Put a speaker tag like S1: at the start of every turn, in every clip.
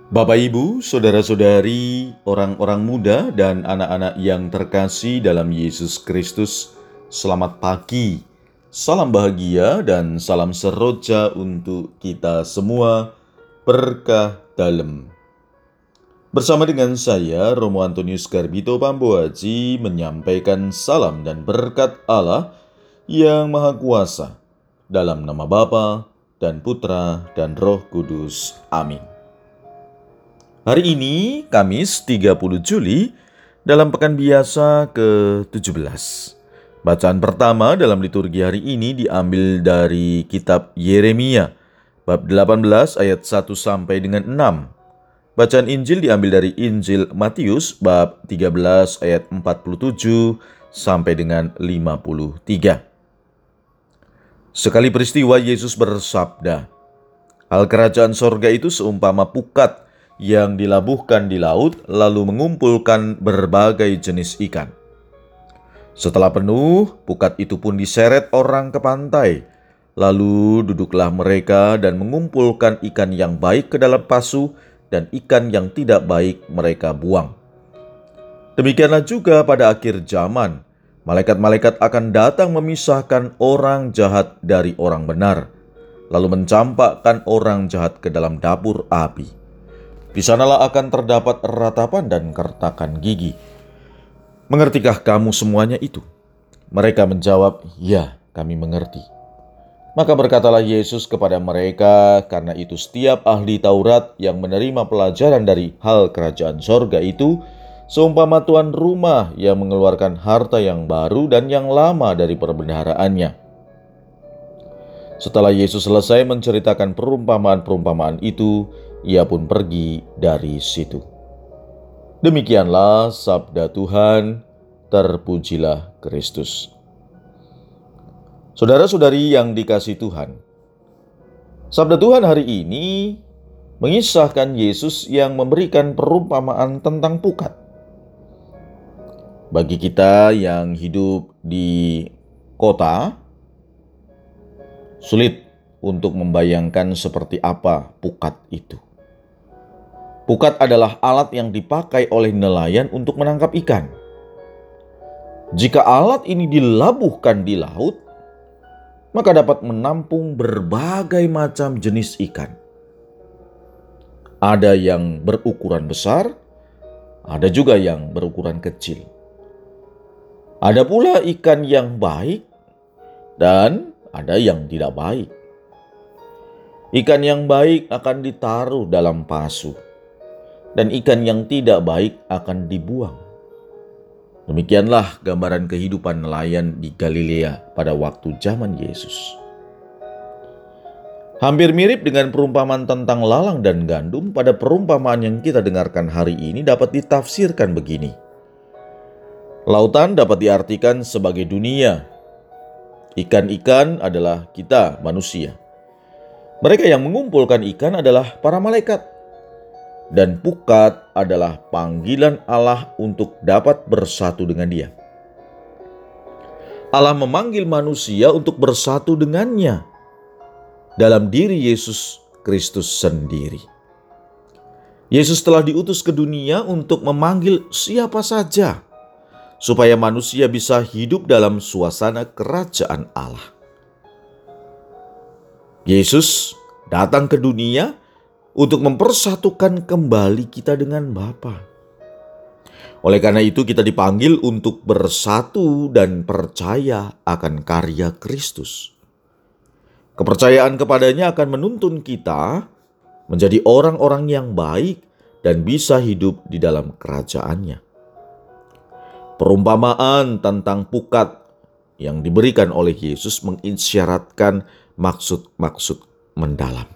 S1: Bapak, Ibu, saudara-saudari, orang-orang muda, dan anak-anak yang terkasih dalam Yesus Kristus, selamat pagi, salam bahagia, dan salam seroja untuk kita semua, berkah dalam. Bersama dengan saya, Romo Antonius Garbito Pambuaji, menyampaikan salam dan berkat Allah yang Maha Kuasa, dalam nama Bapa dan Putra dan Roh Kudus. Amin. Hari ini, Kamis 30 Juli, dalam Pekan Biasa ke-17. Bacaan pertama dalam liturgi hari ini diambil dari kitab Yeremia, bab 18 ayat 1 sampai dengan 6. Bacaan Injil diambil dari Injil Matius, bab 13 ayat 47 sampai dengan 53. Sekali peristiwa Yesus bersabda, "Hal kerajaan sorga itu seumpama pukat yang dilabuhkan di laut, lalu mengumpulkan berbagai jenis ikan. Setelah penuh, pukat itu pun diseret orang ke pantai. Lalu duduklah mereka dan mengumpulkan ikan yang baik ke dalam pasu, dan ikan yang tidak baik mereka buang. Demikianlah juga pada akhir zaman, malaikat-malaikat akan datang memisahkan orang jahat dari orang benar, lalu mencampakkan orang jahat ke dalam dapur api. Di sanalah akan terdapat ratapan dan kertakan gigi. Mengertikah kamu semuanya itu?" Mereka menjawab, "Ya, kami mengerti." Maka berkatalah Yesus kepada mereka, "Karena itu setiap ahli Taurat yang menerima pelajaran dari hal kerajaan sorga itu, seumpama tuan rumah yang mengeluarkan harta yang baru dan yang lama dari perbendaharaannya." Setelah Yesus selesai menceritakan perumpamaan-perumpamaan itu, Ia pun pergi dari situ. Demikianlah sabda Tuhan, terpujilah Kristus. Saudara-saudari yang dikasihi Tuhan, sabda Tuhan hari ini mengisahkan Yesus yang memberikan perumpamaan tentang pukat. Bagi kita yang hidup di kota, sulit untuk membayangkan seperti apa pukat itu. Pukat adalah alat yang dipakai oleh nelayan untuk menangkap ikan. Jika alat ini dilabuhkan di laut, maka dapat menampung berbagai macam jenis ikan. Ada yang berukuran besar, ada juga yang berukuran kecil. Ada pula ikan yang baik dan ada yang tidak baik. Ikan yang baik akan ditaruh dalam pasu, dan ikan yang tidak baik akan dibuang. Demikianlah gambaran kehidupan nelayan di Galilea pada waktu zaman Yesus. Hampir mirip dengan perumpamaan tentang lalang dan gandum. Pada perumpamaan yang kita dengarkan hari ini dapat ditafsirkan begini. Lautan dapat diartikan sebagai dunia. Ikan-ikan adalah kita, manusia. Mereka yang mengumpulkan ikan adalah para malaikat. Dan pukat adalah panggilan Allah untuk dapat bersatu dengan Dia. Allah memanggil manusia untuk bersatu dengannya dalam diri Yesus Kristus sendiri. Yesus telah diutus ke dunia untuk memanggil siapa saja, supaya manusia bisa hidup dalam suasana kerajaan Allah. Yesus datang ke dunia untuk mempersatukan kembali kita dengan Bapa. Oleh karena itu kita dipanggil untuk bersatu dan percaya akan karya Kristus. Kepercayaan kepadanya akan menuntun kita menjadi orang-orang yang baik dan bisa hidup di dalam kerajaannya. Perumpamaan tentang pukat yang diberikan oleh Yesus mengisyaratkan maksud-maksud mendalam.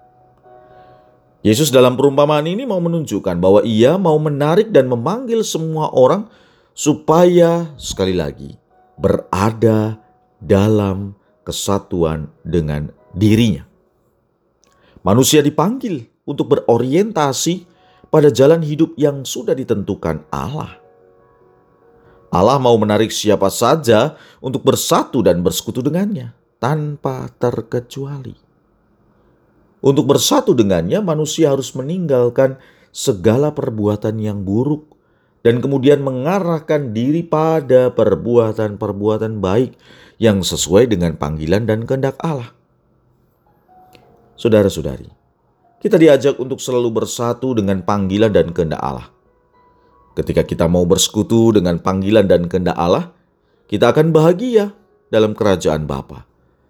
S1: Yesus dalam perumpamaan ini mau menunjukkan bahwa Ia mau menarik dan memanggil semua orang supaya sekali lagi berada dalam kesatuan dengan dirinya. Manusia dipanggil untuk berorientasi pada jalan hidup yang sudah ditentukan Allah. Allah mau menarik siapa saja untuk bersatu dan bersekutu dengannya tanpa terkecuali. Untuk bersatu dengannya, manusia harus meninggalkan segala perbuatan yang buruk dan kemudian mengarahkan diri pada perbuatan-perbuatan baik yang sesuai dengan panggilan dan kehendak Allah. Saudara-saudari, kita diajak untuk selalu bersatu dengan panggilan dan kehendak Allah. Ketika kita mau bersekutu dengan panggilan dan kehendak Allah, kita akan bahagia dalam kerajaan Bapa.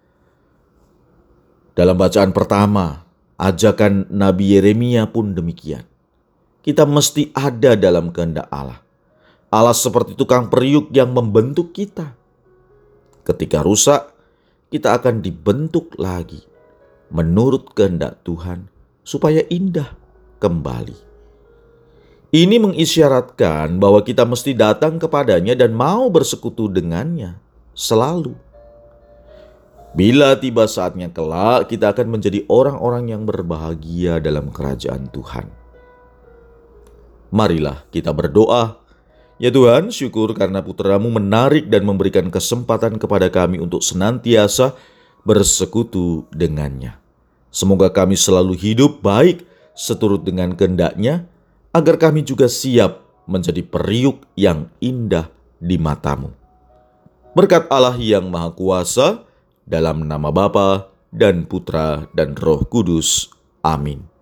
S1: Dalam bacaan pertama, ajakan Nabi Yeremia pun demikian. Kita mesti ada dalam kehendak Allah. Allah seperti tukang periuk yang membentuk kita. Ketika rusak, kita akan dibentuk lagi menurut kehendak Tuhan supaya indah kembali. Ini mengisyaratkan bahwa kita mesti datang kepadanya dan mau bersekutu dengannya selalu. Bila tiba saatnya kelak, kita akan menjadi orang-orang yang berbahagia dalam kerajaan Tuhan. Marilah kita berdoa. Ya Tuhan, syukur karena putra-Mu menarik dan memberikan kesempatan kepada kami untuk senantiasa bersekutu dengannya. Semoga kami selalu hidup baik seturut dengan kehendak-Nya, agar kami juga siap menjadi periuk yang indah di mata-Mu. Berkat Allah yang Maha Kuasa, dalam nama Bapa dan Putra dan Roh Kudus. Amin.